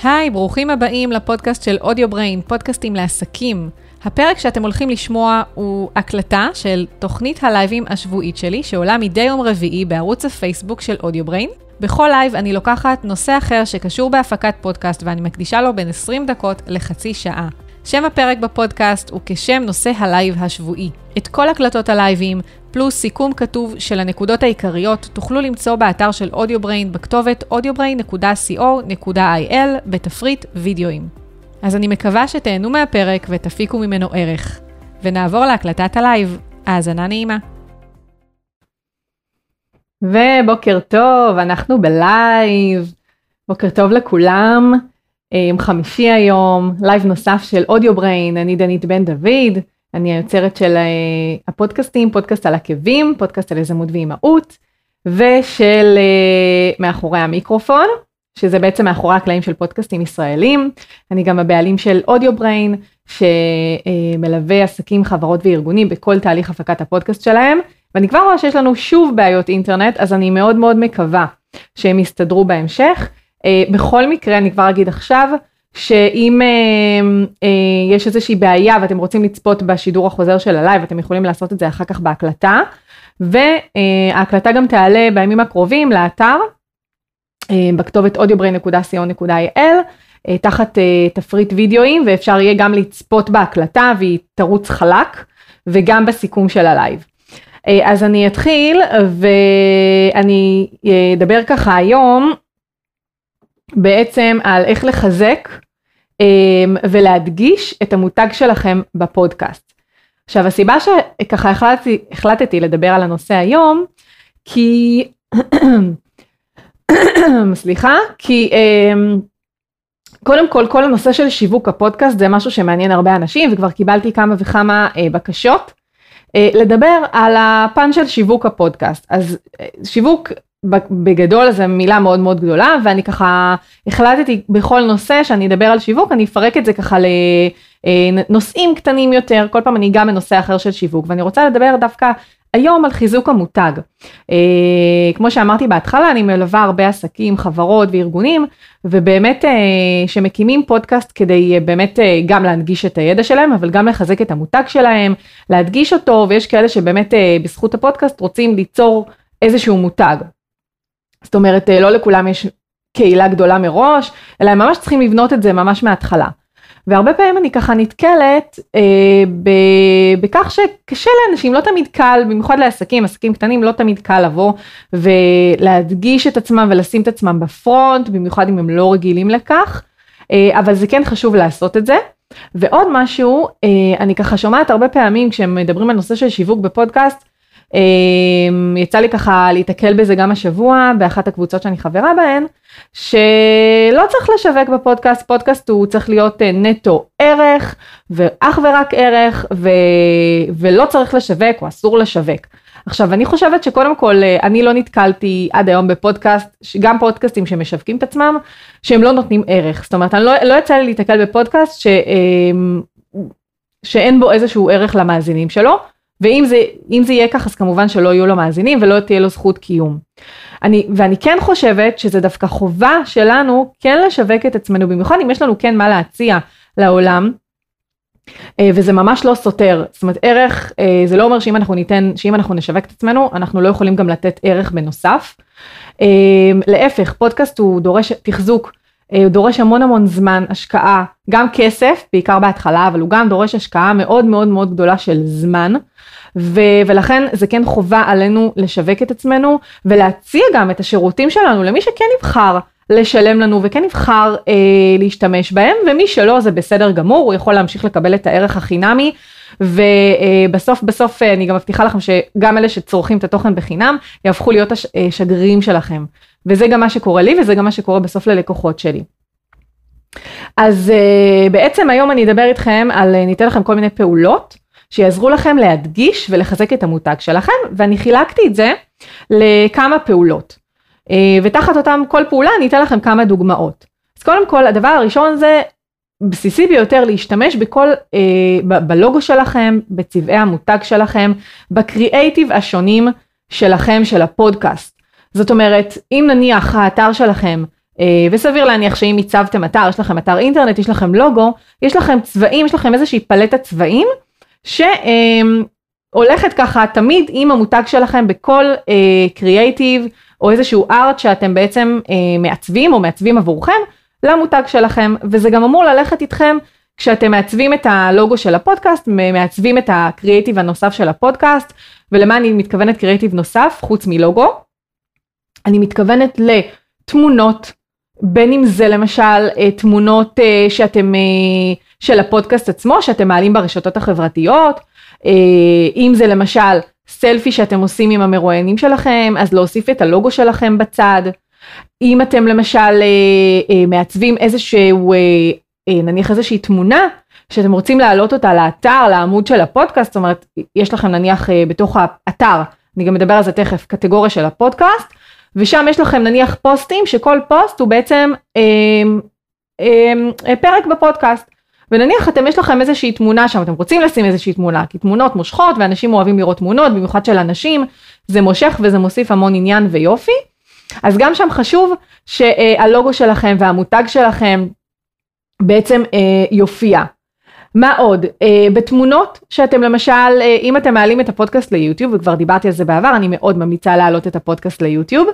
היי, ברוכים הבאים לפודקאסט של אודיובריין, פודקאסטים לעסקים. הפרק שאתם הולכים לשמוע הוא הקלטה של תוכנית הלייבים השבועית שלי, שעולה מדי יום רביעי בערוץ הפייסבוק של אודיובריין. בכל לייב אני לוקחת נושא אחר שקשור בהפקת פודקאסט, ואני מקדישה לו בין 20 דקות לחצי שעה. שם הפרק בפודקאסט הוא כשם נושא הלייב השבועי. את כל הקלטות הלייבים, פלוס סיכום כתוב של הנקודות העיקריות, תוכלו למצוא באתר של אודיובריין בכתובת audiobrain.co.il בתפריט וידאוים. אז אני מקווה שתהנו מהפרק ותפיקו ממנו ערך. ונעבור להקלטת הלייב. האזנה נעימה. ובוקר טוב, אנחנו בלייב. בוקר טוב לכולם. חמישי היום, לייב נוסף של אודיובריין. אני דנית בן דוד. אני היוצרת של הפודקאסטים, פודקאסט על עקבים, פודקאסט על יזמות ואימהות, ושל מאחורי המיקרופון, שזה בעצם מאחורי הקלעים של פודקאסטים ישראלים. אני גם הבעלים של אודיובריין, שמלווה עסקים, חברות וארגונים בכל תהליך הפקת הפודקאסט שלהם, ואני כבר רואה שיש לנו שוב בעיות אינטרנט, אז אני מאוד מאוד מקווה שהם יסתדרו בהמשך. בכל מקרה, אני כבר אגיד עכשיו, שאם יש איזושהי בעיה ואתם רוצים לצפות בשידור החוזר של הלייב, אתם יכולים לעשות את זה אחר כך בהקלטה, וההקלטה גם תעלה בימים הקרובים לאתר, בכתובת audiobrain.co.il, תחת תפריט וידאוים, ואפשר יהיה גם לצפות בהקלטה, והיא תרוץ חלק, וגם בסיכום של הלייב. אז אני אתחיל, ואני אדבר ככה היום, בעצם על איך לחזק ולהדגיש את המותג שלכם בפודקאסט. עכשיו, הסיבה שככה החלטתי לדבר על הנושא היום, כי, כי קודם כל הנושא של שיווק הפודקאסט זה משהו שמעניין הרבה אנשים, וכבר קיבלתי כמה וכמה בקשות לדבר על הפן של שיווק הפודקאסט. אז שיווק בגדול זה מילה מאוד מאוד גדולה, ואני ככה החלטתי בכל נושא שאני אדבר על שיווק, אני אפרק את זה ככה לנושאים קטנים יותר, כל פעם אני אגע בנושא אחר של שיווק, ואני רוצה לדבר דווקא היום על חיזוק המותג. כמו שאמרתי בהתחלה, אני מלווה הרבה עסקים, חברות וארגונים, ובאמת שמקימים פודקאסט כדי באמת גם להנגיש את הידע שלהם, אבל גם לחזק את המותג שלהם, להדגיש אותו, ויש כאלה שבאמת בזכות הפודקאסט רוצים ליצור איזשהו מותג. זאת אומרת, לא לכולם יש קהילה גדולה מראש, אלא הם ממש צריכים לבנות את זה ממש מההתחלה. והרבה פעמים אני ככה נתקלת בכך שקשה לאנשים, לא תמיד קל, במיוחד לעסקים, עסקים קטנים, לא תמיד קל לבוא ולהדגיש את עצמם ולשים את עצמם בפרונט, במיוחד אם הם לא רגילים לכך, אבל זה כן חשוב לעשות את זה. ועוד משהו, אני ככה שומעת הרבה פעמים כשהם מדברים על נושא של שיווק בפודקאסט, יצא לי ככה להתקל בזה גם השבוע באחת הקבוצות שאני חברה בהן, שלא צריך לשווק בפודקאסט, פודקאסט הוא צריך להיות נטו ערך ואך ורק ערך, ולא צריך לשווק או אסור לשווק. עכשיו אני חושבת שקודם כל אני לא נתקלתי עד היום בפודקאסט, גם פודקאסטים שמשווקים את עצמם, שהם לא נותנים ערך. זאת אומרת, אני לא יצא לי להתקל בפודקאסט שאין בו איזשהו ערך למאזינים שלו, ואם זה יהיה כך, אז כמובן שלא יהיו לו מאזינים ולא תהיה לו זכות קיום. ואני כן חושבת שזה דווקא חובה שלנו כן לשווק את עצמנו, במיוחד אם יש לנו כן מה להציע לעולם, וזה ממש לא סותר. זאת אומרת, ערך, זה לא אומר שאם אנחנו נשווק את עצמנו, אנחנו לא יכולים גם לתת ערך בנוסף. להפך, פודקאסט הוא דורש תחזוק, הוא דורש המון זמן, השקעה, גם כסף, בעיקר בהתחלה, אבל הוא גם דורש השקעה מאוד מאוד מאוד גדולה של זמן, ולכן זה כן חובה עלינו לשווק את עצמנו, ולהציע גם את השירותים שלנו, למי שכן יבחר לשלם לנו, וכן יבחר להשתמש בהם, ומי שלא זה בסדר גמור, הוא יכול להמשיך לקבל את הערך החינמי, ובסוף אני גם מבטיחה לכם שגם אלה שצורכים את התוכן בחינם, יהפכו להיות השגרירים שלכם. וזה גם מה שקורה לי, וזה גם מה שקורה בסוף ללקוחות שלי. אז בעצם היום אני אדבר איתכם ניתן לכם כל מיני פעולות, שיעזרו לכם להדגיש ולחזק את המותג שלכם, ואני חילקתי את זה לכמה פעולות. ותחת אותם כל פעולה אני אתן לכם כמה דוגמאות. אז קודם כל, הדבר הראשון זה בסיסי ביותר להשתמש בלוגו שלכם, בצבעי המותג שלכם, בקריאייטיב השונים שלכם, של הפודקאסט. זאת אומרת, אם נניח האתר שלכם וסביר להניח שאם הצבתם אתר, יש לכם אתר אינטרנט, יש לכם לוגו, יש לכם צבעים, יש לכם איזושהי פלטת צבעים, שהולכת ככה תמיד עם המותג שלכם בכל קריאייטיב, או איזשהו ארט שאתם בעצם מעצבים או מעצבים עבורכם למותג שלכם, וזה גם אמור ללכת איתכם כשאתם מעצבים את הלוגו של הפודקאסט, מעצבים את הקריאייטיב הנוסף של הפודקאסט, ולמה אני מתכוונת קריאייטיב נוסף חוץ מלוגו? אני מתכוונת לתמונות, בין אם זה למשל תמונות של הפודקאסט עצמו, שאתם מעלים ברשתות החברתיות, אם זה למשל סלפי שאתם עושים עם המרואיינים שלכם, אז להוסיף את הלוגו שלכם בצד. אם אתם למשל מעצבים איזשהו, נניח איזושהי תמונה, שאתם רוצים להעלות אותה לאתר, לעמוד של הפודקאסט, זאת אומרת, יש לכם נניח בתוך האתר, אני גם מדבר על זה תכף, קטגוריה של הפודקאסט, ושם יש לכם נניח פוסטים, שכל פוסט הוא בעצם פרק בפודקאסט, ונניח יש לכם איזושהי תמונה שם, אתם רוצים לשים איזושהי תמונה, כי תמונות מושכות, ואנשים אוהבים לראות תמונות, במיוחד של אנשים, זה מושך וזה מוסיף המון עניין ויופי, אז גם שם חשוב שהלוגו שלכם והמותג שלכם בעצם יופיע. מה עוד? בתמונות שאתם למשל, אם אתם מעלים את הפודקאסט ליוטיוב, וכבר דיברתי על זה בעבר, אני מאוד ממליצה להעלות את הפודקאסט ליוטיוב,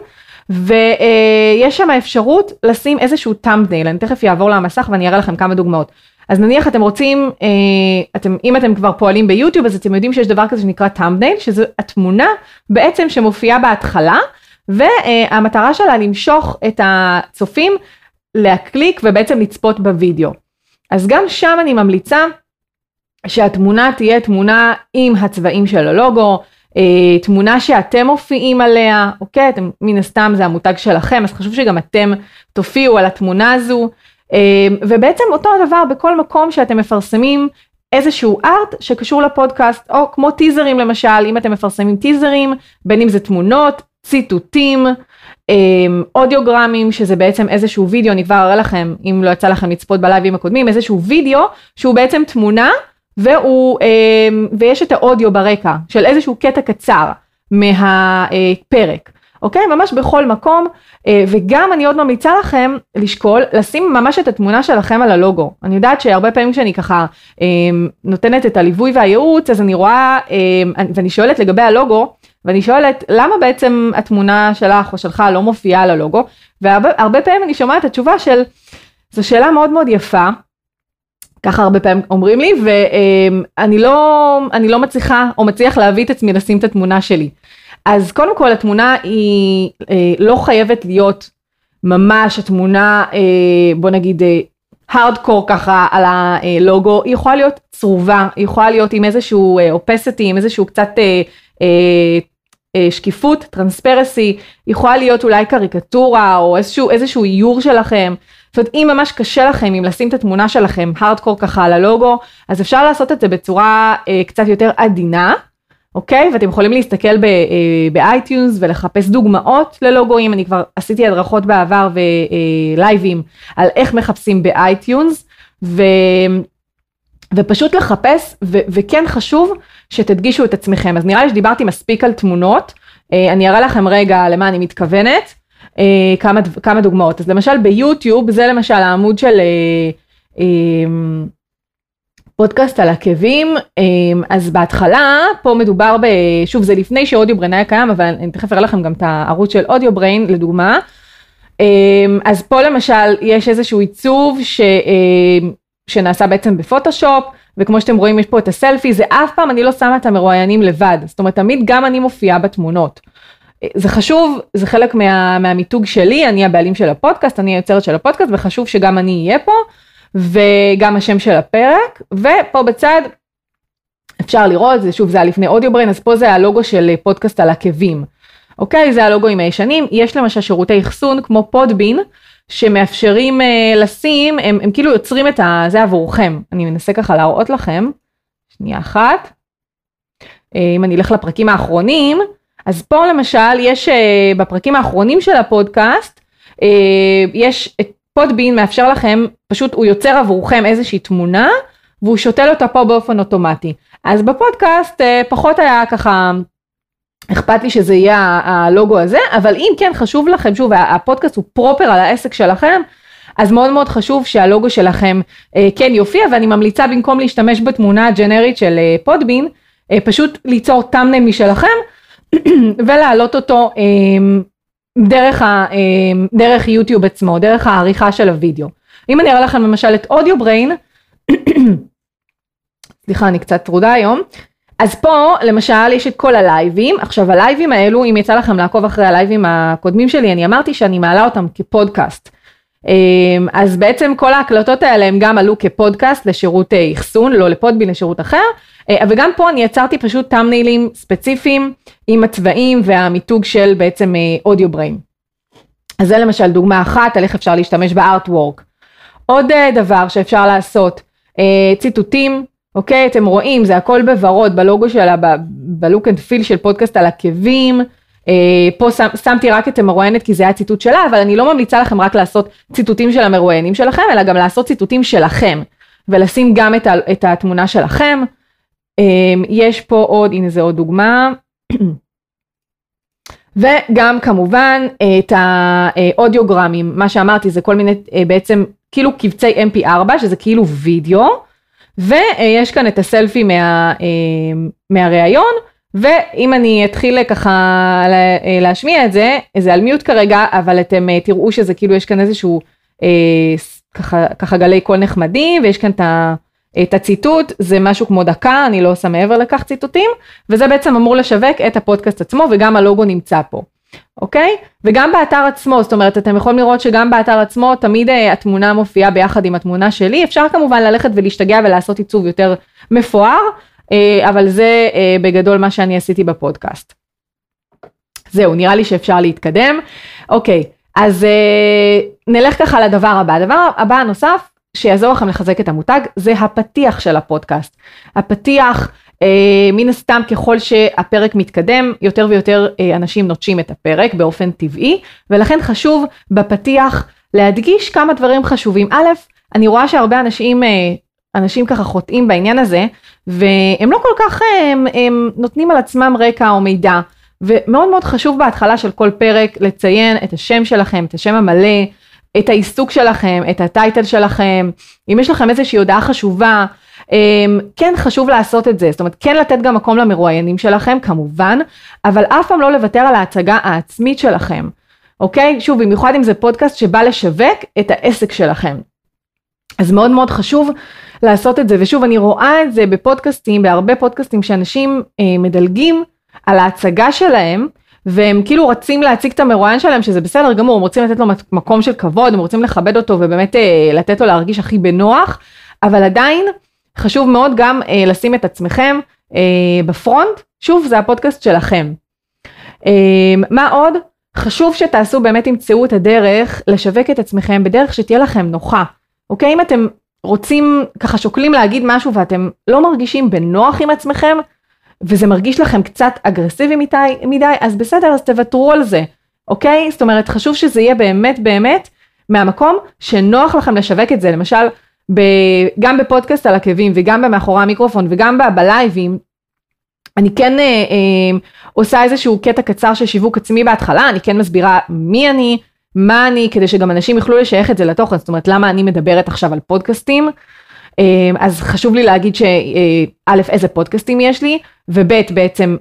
ויש שם אפשרות לשים איזשהו thumbnail, אני תכף יעבור למסך ואני אראה לכם כמה דוגמאות. אז נניח אתם רוצים, אם אתם כבר פועלים ביוטיוב, אז אתם יודעים שיש דבר כזה שנקרא thumbnail, שזו התמונה בעצם שמופיעה בהתחלה, והמטרה שלה למשוך את הצופים להקליק ובעצם לצפות בווידאו. אז גם שם אני ממליצה שהתמונה תהיה תמונה עם הצבעים של הלוגו, תמונה שאתם מופיעים עליה, אוקיי? מן הסתם זה המותג שלכם, אז חשוב שגם אתם תופיעו על התמונה הזו, ובעצם אותו הדבר בכל מקום שאתם מפרסמים איזשהו ארט שקשור לפודקאסט, או כמו טיזרים למשל, אם אתם מפרסמים טיזרים, בין אם זה תמונות, ציטוטים, אודיוגרמים, שזה בעצם איזשהו וידאו, אני כבר אראה לכם, אם לא יצא לכם לצפות בלייבים הקודמים, איזשהו וידאו שהוא בעצם תמונה, ויש את האודיו ברקע, של איזשהו קטע קצר מהפרק, אוקיי? ממש בכל מקום, וגם אני עוד ממליצה לכם לשקול, לשים ממש את התמונה שלכם על הלוגו. אני יודעת שהרבה פעמים כשאני ככה נותנת את הליווי והייעוץ, אז אני רואה, ואני שואלת לגבי הלוגו, ואני שואלת, למה בעצם התמונה שלך או שלך לא מופיעה על הלוגו? והרבה פעמים אני שומעת את התשובה של, זו שאלה מאוד מאוד יפה, ככה הרבה פעמים אומרים לי, ואני לא מצליחה או מצליח להביא את עצמי לשים את התמונה שלי. אז קודם כל התמונה היא לא חייבת להיות ממש התמונה, בוא נגיד, הארדקור ככה על הלוגו, היא יכולה להיות צרובה, היא יכולה להיות עם איזשהו opacity, עם איזשהו קצת שקיפות, טרנספרסי, יכולה להיות אולי קריקטורה או איזשהו איור שלכם. זאת אומרת, אם ממש קשה לכם, אם לשים את התמונה שלכם הארדקור ככה על הלוגו, אז אפשר לעשות את זה בצורה קצת יותר עדינה, אוקיי? ואתם יכולים להסתכל באייטיונס ולחפש דוגמאות ללוגוים, אני כבר עשיתי הדרכות בעבר ולייבים על איך מחפשים באייטיונס, ופשוט לחפש, וכן חשוב שתדגישו את עצמכם. אז נראה לי שדיברתי מספיק על תמונות, אני אראה לכם רגע למה אני מתכוונת, כמה דוגמאות. אז למשל ביוטיוב, זה למשל העמוד של פודקאסט על עקבים, אז בהתחלה, פה מדובר שוב זה לפני שאודיובריין היה קיים, אבל אני תכף אראה לכם גם את הערוץ של אודיובריין לדוגמה, אז פה למשל יש איזשהו עיצוב שנעשה בעצם בפוטושופ, וכמו שאתם רואים יש פה את הסלפי, זה אף פעם אני לא שמה את המרואיינים לבד, זאת אומרת תמיד גם אני מופיעה בתמונות. זה חשוב, זה חלק מהמיתוג שלי, אני הבעלים של הפודקאסט, אני היוצרת של הפודקאסט, וחשוב שגם אני אהיה פה, וגם השם של הפרק, ופה בצד אפשר לראות, זה שוב זה היה לפני אודיובריין, אז פה זה הלוגו של פודקאסט על עקבים, אוקיי? זה הלוגו עם הישנים, יש למשל שירותי אחסון כמו פודבין, שמאפשרים לשים, הם כאילו יוצרים את זה עבורכם, אני מנסה ככה להראות לכם, שנייה אחת, אם אני אלך לפרקים האחרונים, אז פה למשל יש בפרקים האחרונים של הפודקאסט, יש את פודבין מאפשר לכם, פשוט הוא יוצר עבורכם איזושהי תמונה, והוא שותל אותה פה באופן אוטומטי. אז בפודקאסט פחות היה ככה אכפת לי שזה יהיה הלוגו הזה, אבל אם כן חשוב לכם, שוב, הפודקאסט הוא פרופר על העסק שלכם, אז מאוד מאוד חשוב שהלוגו שלכם כן יופיע, ואני ממליצה במקום להשתמש בתמונה הג'נרית של פודבין, פשוט ליצור תמנל משלכם, ולהעלות אותו דרך יוטיוב עצמו, דרך העריכה של הוידאו. אם אני אראה לכם למשל את אודיובריין, סליחה, אני קצת טרודה היום, אז פה למשל יש את כל הלייבים, עכשיו הלייבים האלו, אם יצא לכם לעקוב אחרי הלייבים הקודמים שלי, אני אמרתי שאני מעלה אותם כפודקאסט, אז בעצם כל ההקלטות האלה הם גם עלו כפודקאסט לשירות אחסון, לא לפודבין, לשירות אחר, וגם פה אני יצרתי פשוט תמנילים ספציפיים עם הצבעים והמיתוג של בעצם אודיובריין. אז זה למשל דוגמה אחת על איך אפשר להשתמש בארטוורק. עוד דבר שאפשר לעשות, ציטוטים, אוקיי, אתם רואים, זה הכל בוורוד, בלוגו שלה, בלוק אנד פיל של פודקאסט על עקבים, פה שמתי רק את המרואיינת כי זה היה ציטוט שלה, אבל אני לא ממליצה לכם רק לעשות ציטוטים של המרואיינים שלכם, אלא גם לעשות ציטוטים שלכם, ולשים גם את התמונה שלכם. יש פה עוד, הנה זה עוד דוגמה, וגם כמובן את האודיוגרמים, מה שאמרתי זה כל מיני בעצם כאילו קבצי mp4, שזה כאילו וידאו, ויש כאן את הסלפי מהראיון, ואם אני אתחיל ככה להשמיע את זה, זה על מיוט כרגע, אבל אתם תראו שזה כאילו יש כאן איזשהו ככה גלי קול נחמדים, ויש כאן את הציטוט, זה משהו כמו דקה, אני לא עושה מעבר לכך ציטוטים, וזה בעצם אמור לשווק את הפודקאסט עצמו, וגם הלוגו נמצא פה, אוקיי? וגם באתר עצמו, זאת אומרת, אתם יכולים לראות שגם באתר עצמו, תמיד התמונה מופיעה ביחד עם התמונה שלי, אפשר כמובן ללכת ולהשתגע ולעשות עיצוב יותר מפואר, אבל זה בגדול מה שאני עשיתי בפודקאסט. זהו, נראה לי שאפשר להתקדם. אוקיי, אז נלך ככה לדבר הבא. הדבר הבא הנוסף שיעזור לכם לחזק את המותג, זה הפתיח של הפודקאסט. הפתיח, מן הסתם ככל שהפרק מתקדם, יותר ויותר אנשים נוטשים את הפרק באופן טבעי, ולכן חשוב בפתיח להדגיש כמה דברים חשובים. א', אני רואה שהרבה אנשים ככה חוטאים בעניין הזה, והם לא כל כך הם נותנים על עצמם רקע או מידע, ומאוד מאוד חשוב בהתחלה של כל פרק לציין את השם שלכם, את השם המלא, את העיסוק שלכם, את הטייטל שלכם, אם יש לכם איזושהי הודעה חשובה, כן חשוב לעשות את זה, זאת אומרת כן לתת גם מקום למרואיינים שלכם כמובן, אבל אף פעם לא לוותר על ההצגה העצמית שלכם, אוקיי? שוב, במיוחד אם זה פודקאסט שבא לשווק את העסק שלכם. אז מאוד מאוד חשוב לעשות את זה, ושוב אני רואה את זה בפודקאסטים, בהרבה פודקאסטים שאנשים מדלגים על ההצגה שלהם, והם כאילו רצים להציג את המרואיין שלהם, שזה בסדר גמור, הם רוצים לתת לו מקום של כבוד, הם רוצים לכבד אותו ובאמת לתת לו להרגיש הכי בנוח, אבל עדיין חשוב מאוד גם לשים את עצמכם בפרונט, שוב זה הפודקאסט שלכם. מה עוד? חשוב שתעשו באמת תמצאו את הדרך לשווק את עצמכם בדרך שתהיה לכם נוחה. אוקיי, אם אתם רוצים ככה שוקלים להגיד משהו ואתם לא מרגישים בנוח עם עצמכם, וזה מרגיש לכם קצת אגרסיבי מדי, אז בסדר, אז תוותרו על זה, אוקיי? זאת אומרת, חשוב שזה יהיה באמת מהמקום שנוח לכם לשווק את זה, למשל, גם בפודקאסט על עקבים, וגם במאחורי המיקרופון, וגם בלייבים, אני כן עושה איזשהו קטע קצר של שיווק עצמי בהתחלה, אני כן מסבירה מי אני, מה אני, כדי שגם אנשים יוכלו לשייך את זה לתוכן, זאת אומרת, למה אני מדברת עכשיו על פודקאסטים, אז חשוב לי להגיד שא', איזה פודקאסטים יש לי, וב', בעצם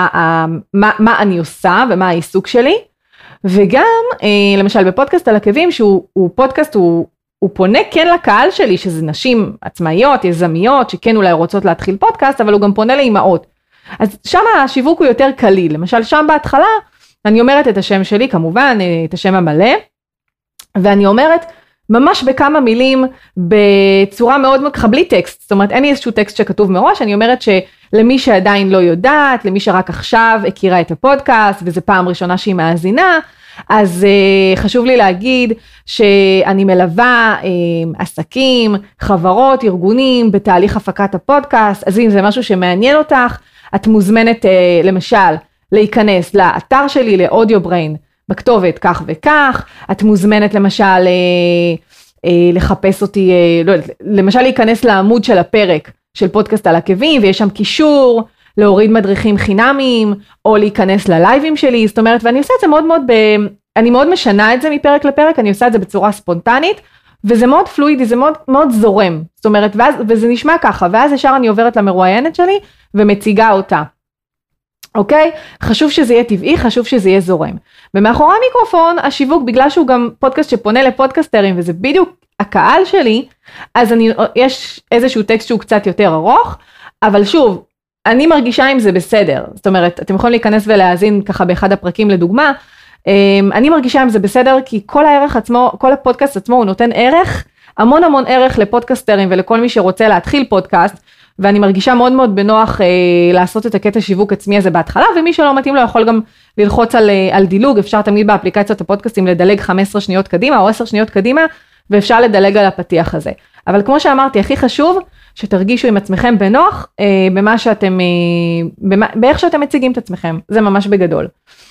מה אני עושה ומה העיסוק שלי, וגם למשל בפודקאסט על עקבים, שהוא פודקאסט, הוא פונה כן לקהל שלי, שזה נשים עצמאיות, יזמיות, שכן אולי רוצות להתחיל פודקאסט, אבל הוא גם פונה לאימהות. אז שם השיווק הוא יותר קליל, למשל שם בהתחלה, אני אומרת את השם שלי, כמובן, את השם המלא, ואני אומרת, ממש בכמה מילים, בצורה מאוד ככה בלי טקסט, זאת אומרת אין לי איזשהו טקסט שכתוב מראש, אני אומרת שלמי שעדיין לא יודעת, למי שרק עכשיו הכירה את הפודקאסט, וזו פעם ראשונה שהיא מאזינה, אז חשוב לי להגיד שאני מלווה עסקים, חברות, ארגונים, בתהליך הפקת הפודקאסט, אז אם זה משהו שמעניין אותך, את מוזמנת למשל להיכנס לאתר שלי, לאודיובריין, בכתובת כך וכך, את מוזמנת למשל לחפש אותי, לא יודעת, למשל להיכנס לעמוד של הפרק של פודקאסט על עקבים, ויש שם קישור להוריד מדריכים חינמיים, או להיכנס ללייבים שלי, זאת אומרת, ואני עושה את זה מאוד מאוד, אני מאוד משנה את זה מפרק לפרק, אני עושה את זה בצורה ספונטנית, וזה מאוד פלואידי, זה מאוד, מאוד זורם, זאת אומרת, וזה נשמע ככה, ואז ישר אני עוברת למרואיינת שלי, ומציגה אותה. אוקיי? חשוב שזה יהיה טבעי, חשוב שזה יהיה זורם. ומאחורי המיקרופון, השיווק, בגלל שהוא גם פודקאסט שפונה לפודקאסטרים, וזה בדיוק הקהל שלי, אז יש איזשהו טקסט שהוא קצת יותר ארוך, אבל שוב, אני מרגישה עם זה בסדר. זאת אומרת, אתם יכולים להיכנס ולהאזין ככה באחד הפרקים לדוגמה, אני מרגישה עם זה בסדר, כי כל הערך עצמו, כל הפודקאסט עצמו הוא נותן ערך, המון המון ערך לפודקאסטרים ולכל מי שרוצה להתחיל פודקאסט, ואני מרגישה מאוד מאוד בנוח לעשות את הקטע שיווק עצמי הזה בהתחלה, ומי שלא מתאים לו יכול גם ללחוץ על דילוג, אפשר תמיד באפליקציות הפודקאסטים לדלג 15 שניות קדימה או 10 שניות קדימה, ואפשר לדלג על הפתיח הזה. אבל כמו שאמרתי, הכי חשוב שתרגישו עם עצמכם בנוח, באיך שאתם מציגים את עצמכם, זה ממש בגדול.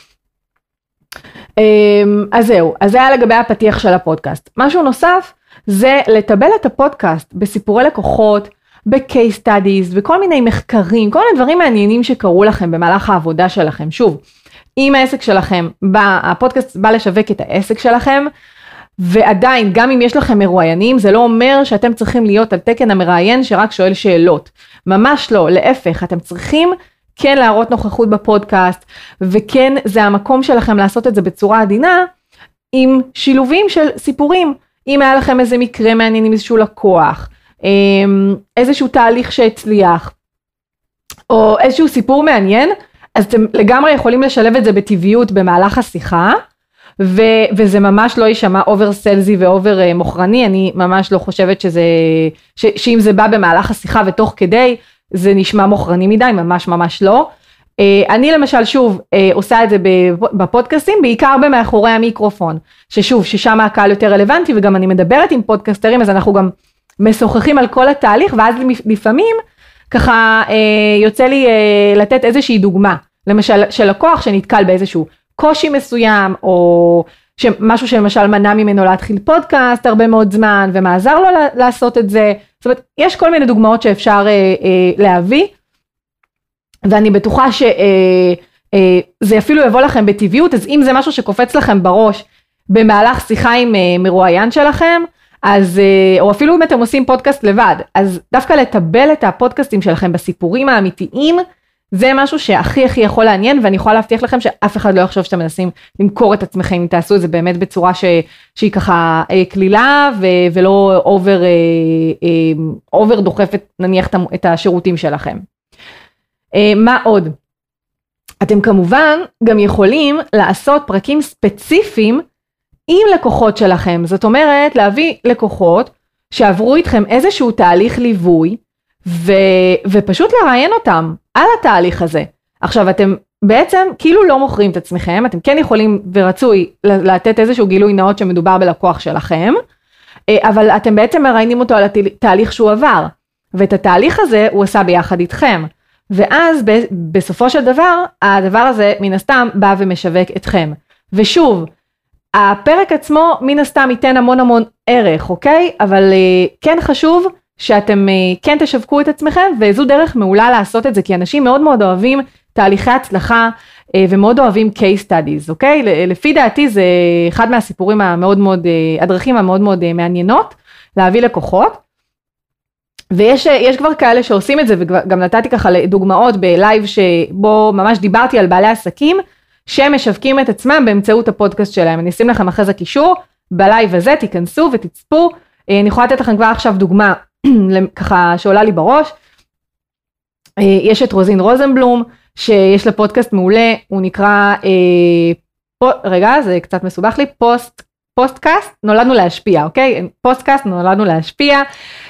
אז זהו, אז זה היה לגבי הפתיח של הפודקאסט. משהו נוסף, זה לטבל את הפודקאסט בסיפורי לקוחות, ב-case studies, וכל מיני מחקרים, כל מיני דברים מעניינים שקרו לכם במהלך העבודה שלכם. שוב, אם העסק שלכם, הפודקאסט בא לשווק את העסק שלכם, ועדיין, גם אם יש לכם מרואיינים, זה לא אומר שאתם צריכים להיות על תקן המראיין שרק שואל שאלות. ממש לא, להפך, אתם צריכים כן להראות נוכחות בפודקאסט, וכן זה המקום שלכם לעשות את זה בצורה עדינה, עם שילובים של סיפורים. אם היה לכם איזה מקרה מעניין עם איזשהו לקוח, איזשהו תהליך שהצליח, או איזשהו סיפור מעניין, אז אתם לגמרי יכולים לשלב את זה בטבעיות במהלך השיחה, וזה ממש לא יישמע אובר סלזי ואובר מוכרני, אני ממש לא חושבת שאם זה בא במהלך השיחה ותוך כדי, זה נשמע מוכרני מדי, ממש ממש לא. אני למשל שוב עושה את זה בפודקאסטים, בעיקר במאחורי המיקרופון, ששם הקהל יותר רלוונטי, וגם אני מדברת עם פודקאסטרים, אז אנחנו גם משוחחים על כל התהליך, ואז לפעמים ככה יוצא לי לתת איזושהי דוגמה, למשל של לקוח שנתקל באיזשהו קושי מסוים, או משהו שלמשל מנע ממנו להתחיל פודקאסט הרבה מאוד זמן, ומה עזר לו לעשות את זה. זאת אומרת, יש כל מיני דוגמאות שאפשר להביא, ואני בטוחה שזה אפילו יבוא לכם בטבעיות, אז אם זה משהו שקופץ לכם בראש, במהלך שיחה עם מרואיין שלכם, אז, או אפילו אם אתם עושים פודקאסט לבד, אז דווקא לטבל את הפודקאסטים שלכם בסיפורים האמיתיים, זה משהו שהכי הכי יכול לעניין, ואני יכולה להבטיח לכם שאף אחד לא יחשוב שאתם מנסים למכור את עצמכם, אם תעשו את זה באמת בצורה שהיא ככה כלילה, ולא אובר דוחפת נניח את השירותים שלכם. מה עוד? אתם כמובן גם יכולים לעשות פרקים ספציפיים עם לקוחות שלכם, זאת אומרת להביא לקוחות שעברו איתכם איזשהו תהליך ליווי, ופשוט לראיין אותם על התהליך הזה. עכשיו אתם בעצם כאילו לא מוכרים את עצמכם, אתם כן יכולים ורצוי לתת איזשהו גילוי נאות שמדובר בלקוח שלכם, אבל אתם בעצם מראיינים אותו על התהליך שהוא עבר, ואת התהליך הזה הוא עשה ביחד איתכם, ואז בסופו של דבר, הדבר הזה מן הסתם בא ומשווק אתכם. ושוב, הפרק עצמו מן הסתם ייתן המון המון ערך, אוקיי? אבל כן חשוב שאתם כן תשווקו את עצמכם, וזו דרך מעולה לעשות את זה, כי אנשים מאוד מאוד אוהבים תהליכי הצלחה, ומאוד אוהבים case studies, אוקיי? לפי דעתי זה אחד מהסיפורים המאוד מאוד, הדרכים המאוד מאוד מעניינות, להביא לקוחות, ויש כבר כאלה שעושים את זה, וגם נתתי ככה דוגמאות בלייב שבו ממש דיברתי על בעלי עסקים, שמשווקים את עצמם באמצעות הפודקאסט שלהם. אני אשים לכם אחרי זה קישור, בלייב הזה תיכנסו ותצפו, אני יכולה לתת לכם כבר עכשיו דוגמה, ככה שעולה לי בראש, יש את רוזין רוזנבלום, שיש לה פודקאסט מעולה, הוא נקרא, רגע זה קצת מסובך לי, פוסטקאסט נולדנו להשפיע, אוקיי? פוסטקאסט נולדנו להשפיע,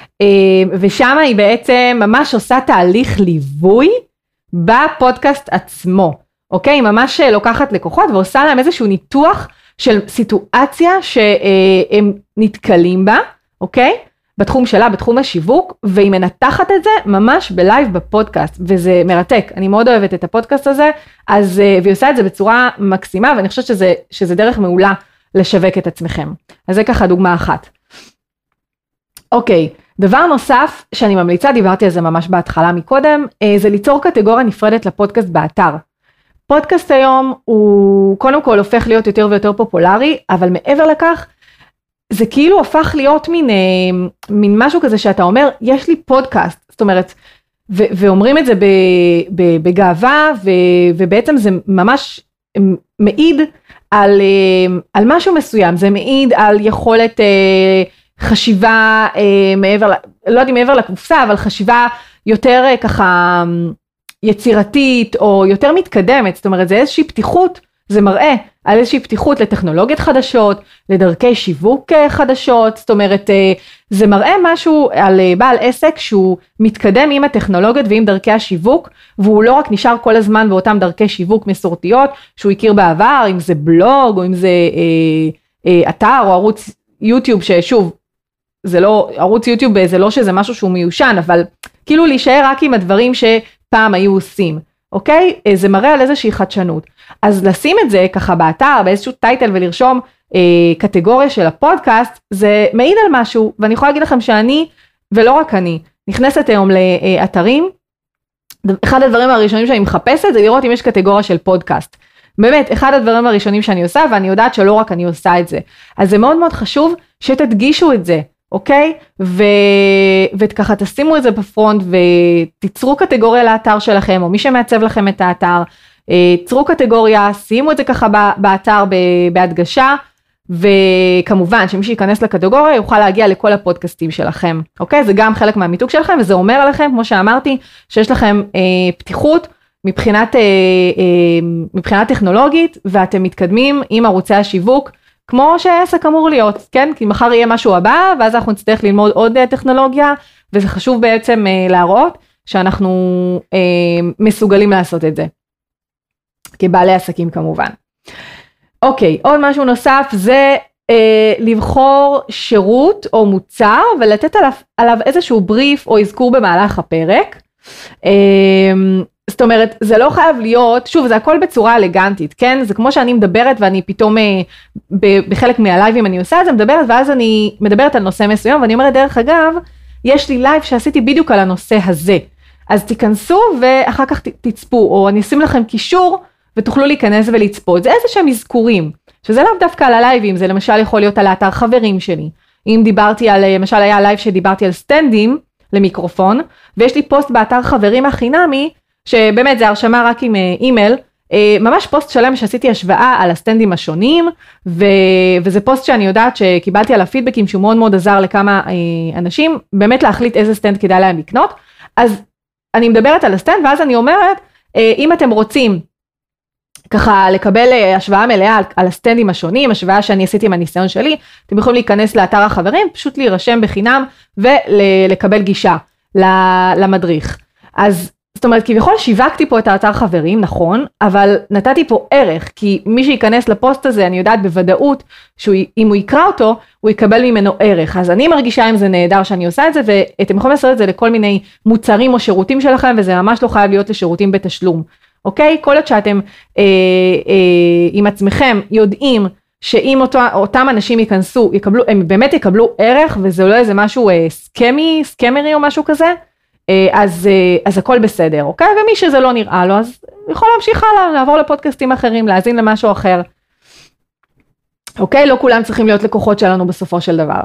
ושם היא בעצם ממש עושה תהליך ליווי בפודקאסט עצמו, אוקיי? היא ממש לוקחת לקוחות ועושה להם איזשהו ניתוח של סיטואציה שהם נתקלים בה, אוקיי? בתחום שלה, בתחום השיווק, והיא מנתחת את זה ממש בלייב בפודקאסט, וזה מרתק. אני מאוד אוהבת את הפודקאסט הזה, אז, והיא עושה את זה בצורה מקסימה, ואני חושבת שזה דרך מעולה לשווק את עצמכם. אז זה ככה דוגמה אחת. אוקיי, דבר נוסף שאני ממליצה, דיברתי על זה ממש בהתחלה מקודם, זה ליצור קטגוריה נפרדת לפודקאסט באתר. פודקאסט היום הוא קודם כל הופך להיות יותר ויותר פופולרי, אבל מעבר לכך, זה כאילו הפך להיות מין משהו כזה שאתה אומר, יש לי פודקאסט, זאת אומרת, ואומרים את זה בגאווה, ובעצם זה ממש מעיד על משהו מסוים, זה מעיד על יכולת חשיבה מעבר, לא יודעת מעבר לקופסה, אבל חשיבה יותר ככה יצירתית, או יותר מתקדמת, זאת אומרת, זה איזושהי פתיחות, זה מראה על איזושהי פתיחות לטכנולוגיות חדשות, לדרכי שיווק חדשות, זאת אומרת, זה מראה משהו על בעל עסק שהוא מתקדם עם הטכנולוגיות ועם דרכי השיווק, והוא לא רק נשאר כל הזמן באותם דרכי שיווק מסורתיות, שהוא הכיר בעבר, אם זה בלוג, או אם זה אתר, או ערוץ יוטיוב, ששוב, זה לא, ערוץ יוטיוב זה לא שזה משהו שהוא מיושן, אבל כאילו להישאר רק עם הדברים שפעם היו עושים. אוקיי? זה מראה על איזושהי חדשנות. אז לשים את זה ככה באתר, באיזשהו טייטל ולרשום קטגוריה של הפודקאסט, זה מעיד על משהו, ואני יכולה להגיד לכם שאני, ולא רק אני, נכנסת היום לאתרים, אחד הדברים הראשונים שאני מחפשת, זה לראות אם יש קטגוריה של פודקאסט. באמת, אחד הדברים הראשונים שאני עושה, ואני יודעת שלא רק אני עושה את זה. אז זה מאוד מאוד חשוב שתדגישו את זה. אוקיי? וככה תשימו את זה בפרונט ותיצרו קטגוריה לאתר שלכם, או מי שמעצב לכם את האתר, תיצרו קטגוריה, שימו את זה ככה באתר בהדגשה, וכמובן שמי שיכנס לקטגוריה יוכל להגיע לכל הפודקאסטים שלכם, אוקיי? זה גם חלק מהמיתוג שלכם, וזה אומר עליכם, כמו שאמרתי, שיש לכם פתיחות מבחינת טכנולוגית, ואתם מתקדמים עם ערוצי השיווק, כמו שעסק אמור להיות, כן? כי מחר יהיה משהו הבא, ואז אנחנו נצטרך ללמוד עוד טכנולוגיה, וזה חשוב בעצם להראות שאנחנו מסוגלים לעשות את זה. כבעלי עסקים כמובן. אוקיי, עוד משהו נוסף זה לבחור שירות או מוצר, ולתת עליו איזשהו בריף או אזכור במהלך הפרק. זאת אומרת, זה לא חייב להיות, שוב, זה הכל בצורה אלגנטית, כן? זה כמו שאני מדברת ואני פתאום, בחלק מהלייבים אני עושה את זה, מדברת, ואז אני מדברת על נושא מסוים, ואני אומרת, דרך אגב, יש לי לייב שעשיתי בדיוק על הנושא הזה. אז תיכנסו ואחר כך תצפו, או אני אשים לכם קישור, ותוכלו להיכנס ולצפות. זה איזה שהם אזכורים, שזה לאו דווקא על הלייבים, זה למשל יכול להיות על האתר חברים שלי. אם דיברתי על, למשל היה לייב שדיברתי על סטנדים למיקרופון, ויש לי פוסט באתר חברים החינמי, שבאמת זה הרשמה רק עם אימייל, ממש פוסט שלם שעשיתי השוואה על הסטנדים השונים, וזה פוסט שאני יודעת שקיבלתי על הפידבקים שהוא מאוד מאוד עזר לכמה אנשים, באמת להחליט איזה סטנד כדאי להם לקנות, אז אני מדברת על הסטנד, ואז אני אומרת, אם אתם רוצים ככה לקבל השוואה מלאה על הסטנדים השונים, השוואה שאני עשיתי עם הניסיון שלי, אתם יכולים להיכנס לאתר החברים, פשוט להירשם בחינם, ולקבל גישה למדריך. אז זאת אומרת, כביכול שיווקתי פה את האתר חברים, נכון, אבל נתתי פה ערך, כי מי שיכנס לפוסט הזה, אני יודעת בוודאות, שאם הוא יקרא אותו, הוא יקבל ממנו ערך. אז אני מרגישה אם זה נהדר שאני עושה את זה, ואתם יכולים לעשות את זה לכל מיני מוצרים או שירותים שלכם, וזה ממש לא חייב להיות לשירותים בתשלום. אוקיי? כל עוד שאתם עם עצמכם יודעים, שאם אותם אנשים ייכנסו, הם באמת יקבלו ערך, וזה לא איזה משהו סקמרי או משהו כזה, אז הכל בסדר, אוקיי? ומי שזה לא נראה לו, אז יכול להמשיך הלאה, לעבור לפודקאסטים אחרים, להאזין למשהו אחר. אוקיי? לא כולם צריכים להיות לקוחות שלנו בסופו של דבר.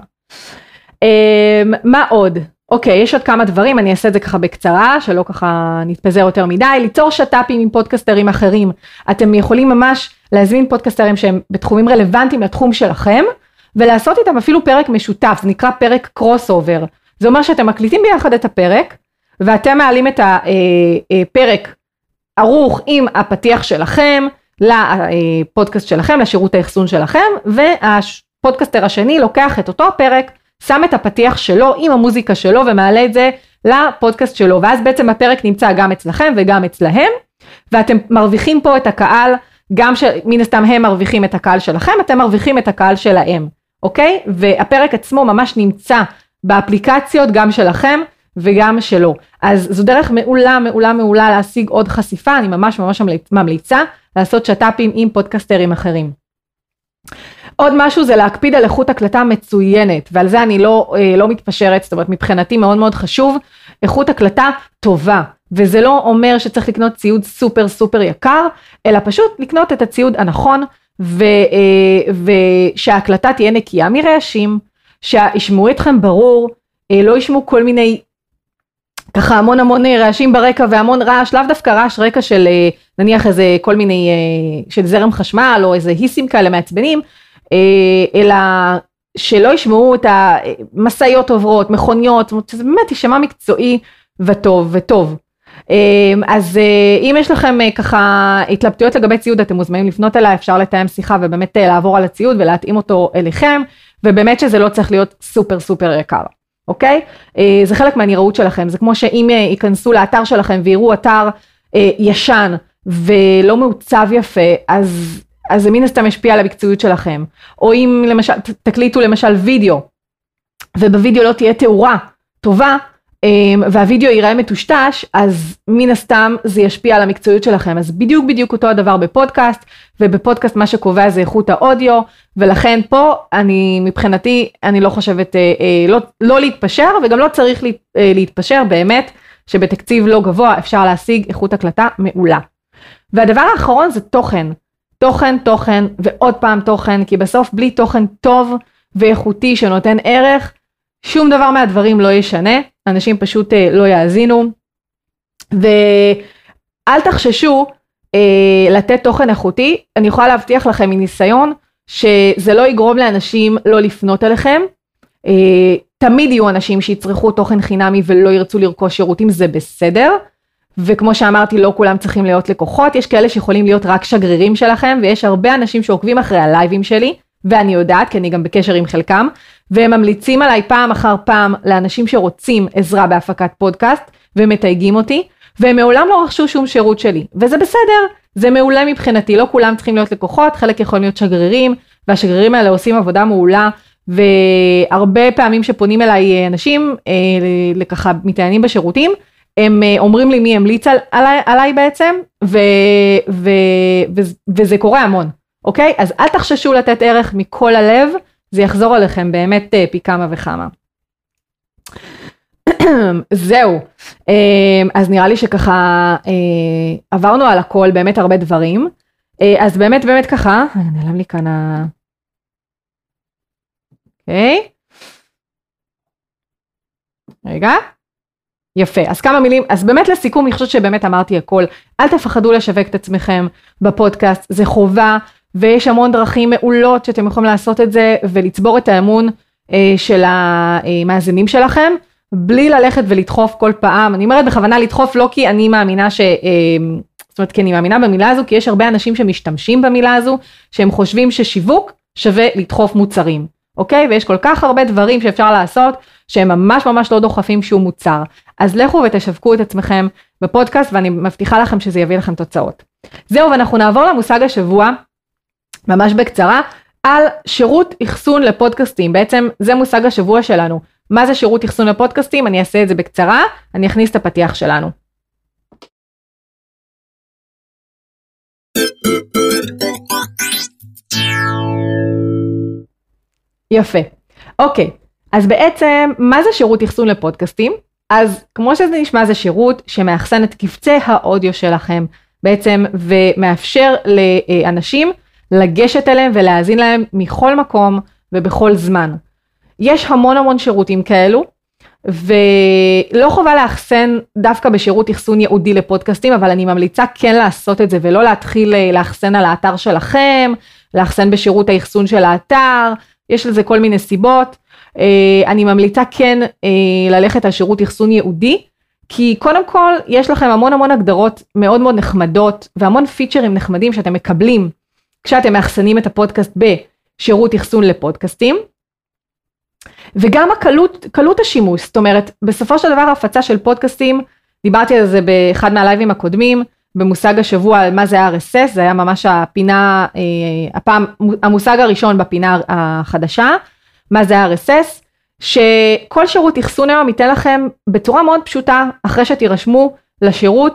מה עוד? אוקיי, יש עוד כמה דברים, אני אעשה את זה ככה בקצרה, שלא ככה נתפזר יותר מדי, ליצור שטאפים עם פודקאסטרים אחרים. אתם יכולים ממש להזמין פודקאסטרים שהם בתחומים רלוונטיים לתחום שלכם, ולעשות איתם אפילו פרק משותף, זה נקרא פרק קרוס אובר. זה אומר שאתם מקליטים ביחד את הפרק, ואתם מעלים את הפרק ערוך עם הפתיח שלכם, לפודקאסט שלכם, לשירות האחסון שלכם, והפודקאסטר השני לוקח את אותו הפרק, שם את הפתיח שלו עם המוזיקה שלו, ומעלה את זה לפודקאסט שלו, ואז בעצם הפרק נמצא גם אצלכם וגם אצלהם, ואתם מרוויחים פה את הקהל, גם מן הסתם הם מרוויחים את הקהל שלכם, אתם מרוויחים את הקהל שלהם, אוקיי? והפרק עצמו ממש נמצא באפליקציות גם שלכם וגם שלו. אז זו דרך מעולה, מעולה, מעולה להשיג עוד חשיפה, אני ממש ממש ממליצה לעשות שטאפים עם פודקאסטרים אחרים. עוד משהו זה להקפיד על איכות הקלטה מצוינת, ועל זה אני לא מתפשרת, זאת אומרת מבחינתי מאוד מאוד חשוב, איכות הקלטה טובה, וזה לא אומר שצריך לקנות ציוד סופר סופר יקר, אלא פשוט לקנות את הציוד הנכון, ושההקלטה תהיה נקייה מרעשים, שישמעו אתכם ברור, לא ישמעו כל מיני, ככה המון רעשים ברקע והמון רעש, לאו דווקא רעש רקע של נניח איזה כל מיני, של זרם חשמל או איזה היסים כאלה מעצבנים, אלא שלא ישמעו את המסעיות עוברות, מכוניות, זאת אומרת שזה באמת יישמע מקצועי וטוב. אז אם יש לכם ככה התלבטויות לגבי ציוד, אתם מוזמנים לפנות אליי, אפשר לתאם שיחה ובאמת לעבור על הציוד ולהתאים אותו אליכם, ובאמת שזה לא צריך להיות סופר סופר יקר, אוקיי? זה חלק מהנראות שלכם, זה כמו שאם ייכנסו לאתר שלכם ויראו אתר ישן ולא מעוצב יפה, אז זה מן הסתם משפיע על המקצועיות שלכם, או אם למשל תקליטו למשל וידאו, ובווידאו לא תהיה תאורה טובה, והווידאו ייראה מטושטש, אז מן הסתם זה ישפיע על המקצועיות שלכם, אז בדיוק אותו הדבר בפודקאסט, ובפודקאסט מה שקובע זה איכות האודיו, ולכן פה מבחינתי אני לא חושבת לא להתפשר, וגם לא צריך להתפשר באמת, שבתקציב לא גבוה אפשר להשיג איכות הקלטה מעולה. והדבר האחרון זה תוכן, ועוד פעם תוכן, כי בסוף בלי תוכן טוב ואיכותי שנותן ערך, שום דבר מהדברים לא ישנה, אנשים פשוט לא יאזינו, ואל תחששו לתת תוכן איכותי, אני יכולה להבטיח לכם מניסיון, שזה לא יגרום לאנשים לא לפנות אליכם, תמיד יהיו אנשים שיצרכו תוכן חינמי ולא ירצו לרכוש שירותים, זה בסדר, וכמו שאמרתי, לא כולם צריכים להיות לקוחות, יש כאלה שיכולים להיות רק שגרירים שלכם, ויש הרבה אנשים שעוקבים אחרי הלייבים שלי, ואני יודעת, כי אני גם בקשר עם חלקם, והם ממליצים עליי פעם אחר פעם לאנשים שרוצים עזרה בהפקת פודקאסט, ומתייגים אותי, והם מעולם לא רכשו שום שירות שלי, וזה בסדר, זה מעולה מבחינתי, לא כולם צריכים להיות לקוחות, חלק יכולים להיות שגרירים, והשגרירים האלה עושים עבודה מעולה, והרבה פעמים שפונים אליי אנשים, לככה מתעניינים בשירותים, הם אומרים לי מי המליץ עליי בעצם, וזה קורה המון. אוקיי? אז אל תחששו לתת ערך מכל הלב, זה יחזור עליכם באמת פי כמה וכמה. זהו, אז נראה לי שככה עברנו על הכל, באמת הרבה דברים, אז באמת ככה, נעלם לי כאן אוקיי, רגע, יפה, אז כמה מילים, אז באמת לסיכום, אני חושבת שבאמת אמרתי הכל, אל תפחדו לשווק את עצמכם בפודקאסט, זה חובה, ויש המון דרכים מעולות שאתם יכולים לעשות את זה, ולצבור את האמון של המאזינים שלכם, בלי ללכת ולדחוף כל פעם, אני אומרת בכוונה לדחוף לא כי אני מאמינה זאת אומרת כי אני מאמינה במילה הזו, כי יש הרבה אנשים שמשתמשים במילה הזו, שהם חושבים ששיווק שווה לדחוף מוצרים, אוקיי? ויש כל כך הרבה דברים שאפשר לעשות, שהם ממש לא דוחפים שום מוצר, אז לכו ותשווקו את עצמכם בפודקאסט, ואני מבטיחה לכם שזה יביא לכם תוצאות. זהו, ואנחנו נעבור למושג השבוע, ממש בקצרה, על שירות אחסון לפודקאסטים, בעצם זה מושג השבוע שלנו, מה זה שירות אחסון לפודקאסטים, אני אעשה את זה בקצרה, אני אכניס את הפתיח שלנו. יפה, אוקיי, אז בעצם מה זה שירות אחסון לפודקאסטים? אז כמו שזה נשמע זה שירות שמאחסן את קבצי האודיו שלכם, בעצם ומאפשר לאנשים לגשת אליהם ולהאזין להם מכל מקום ובכל זמן. יש המון שירותים כאלו, ולא חובה לאחסן דווקא בשירות אחסון ייעודי לפודקאסטים, אבל אני ממליצה כן לעשות את זה, ולא להתחיל לאחסן על האתר שלכם, לאחסן בשירות האחסון של האתר, יש לזה כל מיני סיבות. אני ממליצה כן ללכת על שירות אחסון ייעודי, כי קודם כל יש לכם המון הגדרות מאוד מאוד והמון פיצ'רים נחמדים שאתם מקבלים, כשאתם מאחסנים את הפודקאסט בשירות אחסון לפודקאסטים, וגם קלות השימוש, זאת אומרת, בסופו של דבר ההפצה של פודקאסטים, דיברתי על זה באחד מהלייבים הקודמים, במושג השבוע על מה זה RSS, זה היה ממש הפינה, המושג הראשון בפינה החדשה, מה זה RSS, שכל שירות אחסון היום ייתן לכם בצורה מאוד פשוטה, אחרי שתירשמו לשירות,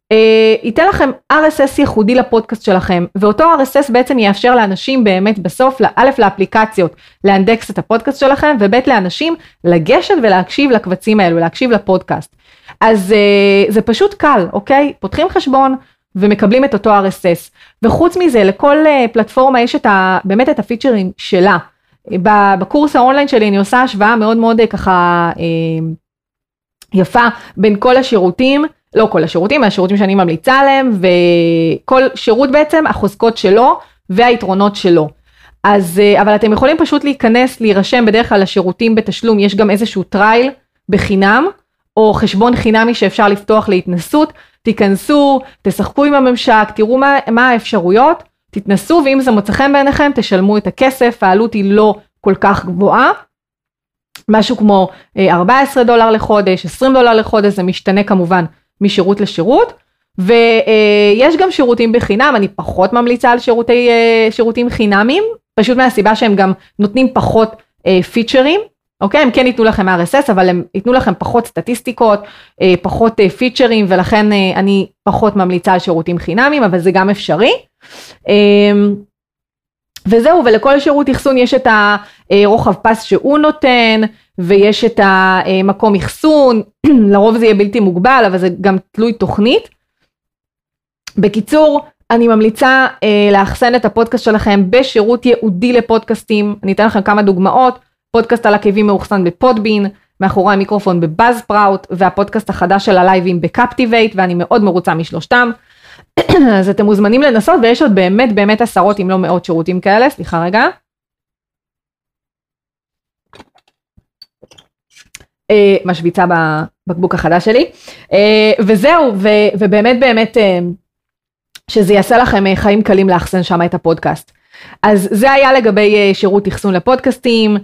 ייתן לכם RSS ייחודי לפודקאסט שלכם, ואותו RSS בעצם יאפשר לאנשים באמת בסוף, א' לאפליקציות, לאנדקס את הפודקאסט שלכם, וב' לאנשים לגשת ולהקשיב לקבצים האלו, להקשיב לפודקאסט. אז זה פשוט קל, אוקיי? פותחים חשבון ומקבלים את אותו RSS, וחוץ מזה, לכל פלטפורמה יש באמת את הפיצ'רים שלה. בקורס האונליין שלי אני עושה השוואה מאוד מאוד ככה יפה בין כל השירותים, לא כל השירותים, השירותים שאני ממליצה עליהם, וכל שירות בעצם, החוזקות שלו והיתרונות שלו. אז, אבל אתם יכולים פשוט להיכנס, להירשם בדרך כלל לשירותים בתשלום, יש גם איזשהו טרייל בחינם, או חשבון חינמי שאפשר לפתוח להתנסות, תיכנסו, תשחקו עם הממשק, תראו מה האפשרויות, תתנסו, ואם זה מוצא חן בעיניכם, תשלמו את הכסף, העלות היא לא כל כך גבוהה, משהו כמו $14 לחודש, $20 לחודש, זה משתנה כמובן משירות לשירות, ויש גם שירותים בחינם, אני פחות ממליצה על שירותים חינמים, פשוט מהסיבה שהם גם נותנים פחות פיצ'רים, אוקיי? הם כן ייתנו לכם RSS, אבל הם ייתנו לכם פחות סטטיסטיקות, פחות פיצ'רים, ולכן אני פחות ממליצה על שירותים חינמים, אבל זה גם אפשרי. וזהו, ולכל שירות אחסון יש את הרוחב פס שהוא נותן, ויש את המקום אחסון, לרוב זה יהיה בלתי מוגבל, אבל זה גם תלוי תוכנית. בקיצור, אני ממליצה לאחסן את הפודקאסט שלכם בשירות ייעודי לפודקאסטים, אני אתן לכם כמה דוגמאות, פודקאסט על עקבים מאוחסן בפודבין, מאחורי המיקרופון בבאזספראוט, והפודקאסט החדש של הלייבים בקפטיבייט, ואני מאוד מרוצה משלושתם, אז אתם מוזמנים לנסות, ויש עוד באמת עשרות אם לא מאות שירותים כאלה, סליחה רגע. משוויצה בבקבוק החדש שלי, וזהו, ובאמת שזה יעשה לכם חיים קלים לאחסן שם את הפודקאסט. אז זה היה לגבי שירות אחסון לפודקאסטים,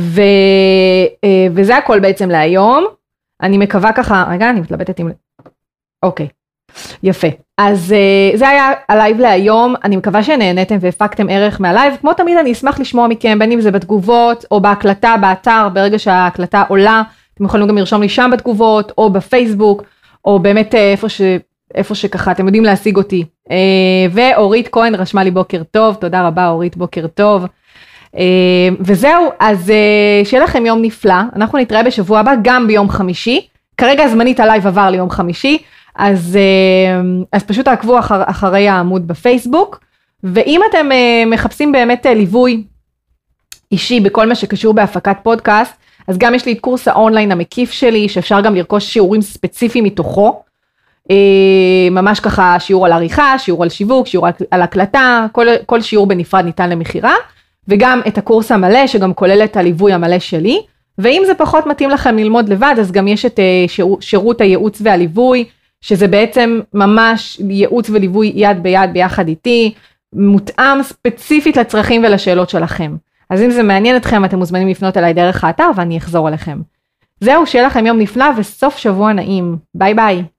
וזה הכל בעצם להיום. אני מקווה ככה, רגע, אני מתלבטת עם... אוקיי, יפה. אז זה היה הלייב להיום, אני מקווה שנהנתם והפקתם ערך מהלייב, כמו תמיד אני אשמח לשמוע מכם, בין אם זה בתגובות או בהקלטה באתר, ברגע שההקלטה עולה, אתם יכולים גם לרשום לי שם בתגובות, או בפייסבוק, או באמת איפה שככה, אתם יודעים להשיג אותי. ואורית כהן רשמה לי בוקר טוב, תודה רבה אורית, בוקר טוב. וזהו, אז שיהיה לכם יום נפלא, אנחנו נתראה בשבוע הבא, גם ביום חמישי, כרגע זמנית הלייב עבר ליום חמישי, אז פשוט תעקבו אחרי העמוד בפייסבוק, ואם אתם מחפשים באמת ליווי אישי בכל מה שקשור בהפקת פודקאסט, אז גם יש לי את קורס האונליין המקיף שלי, שאפשר גם לרכוש שיעורים ספציפיים מתוכו, ממש ככה שיעור על עריכה, שיעור על שיווק, שיעור על הקלטה, כל שיעור בנפרד ניתן למחירה, וגם את הקורס המלא שגם כולל את הליווי המלא שלי, ואם זה פחות מתאים לכם ללמוד לבד, אז גם יש את שירות הייעוץ והליווי, שזה בעצם ממש ייעוץ וליווי יד ביד ביחד איתי, מותאם ספציפית לצרכים ולשאלות שלכם. אז אם זה מעניין אתכם, אתם מוזמנים לפנות אליי דרך האתר, ואני אחזור אליכם. זהו, שיהיה לכם יום נפלא וסוף שבוע נעים. ביי ביי.